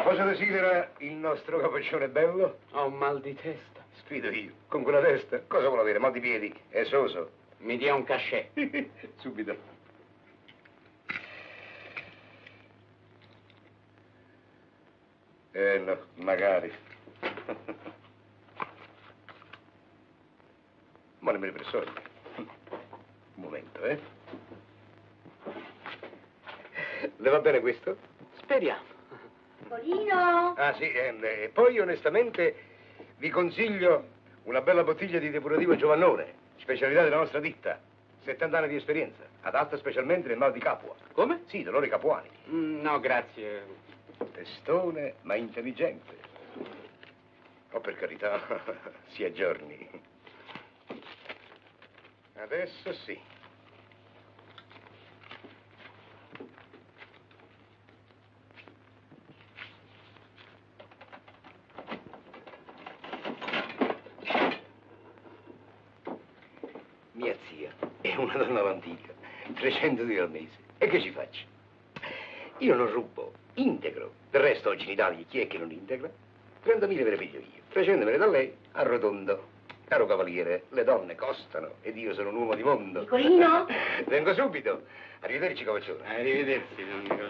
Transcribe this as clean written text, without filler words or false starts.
Cosa desidera il nostro capoccione bello? Ho un mal di testa. Sfido io. Con quella testa? Cosa vuole avere? Mal di piedi? È soso? Mi dia un cachet. Subito. No, magari. Ma nemmeno per soldi. Un momento, eh? Le va bene questo? Speriamo. Polino! Ah, sì, e poi onestamente vi consiglio una bella bottiglia di depurativo Giovannone, specialità della nostra ditta. 70 anni di esperienza, adatta specialmente nel mal di Capua. Come? Sì, dolori capuani. No, grazie. Testone, ma intelligente. Oh, per carità, si aggiorni. Adesso sì. Mia zia è una donna all'antica, 300 lire al mese. E che ci faccio? Io non rubo, integro. Del resto oggi in Italia chi è che non integra? 30.000 me le piglio io, 300 me le da lei, arrotondo. Caro cavaliere, le donne costano ed io sono un uomo di mondo. Nicolino? Vengo subito. Arrivederci, Cavaccione. Arrivederci, don Nicolò.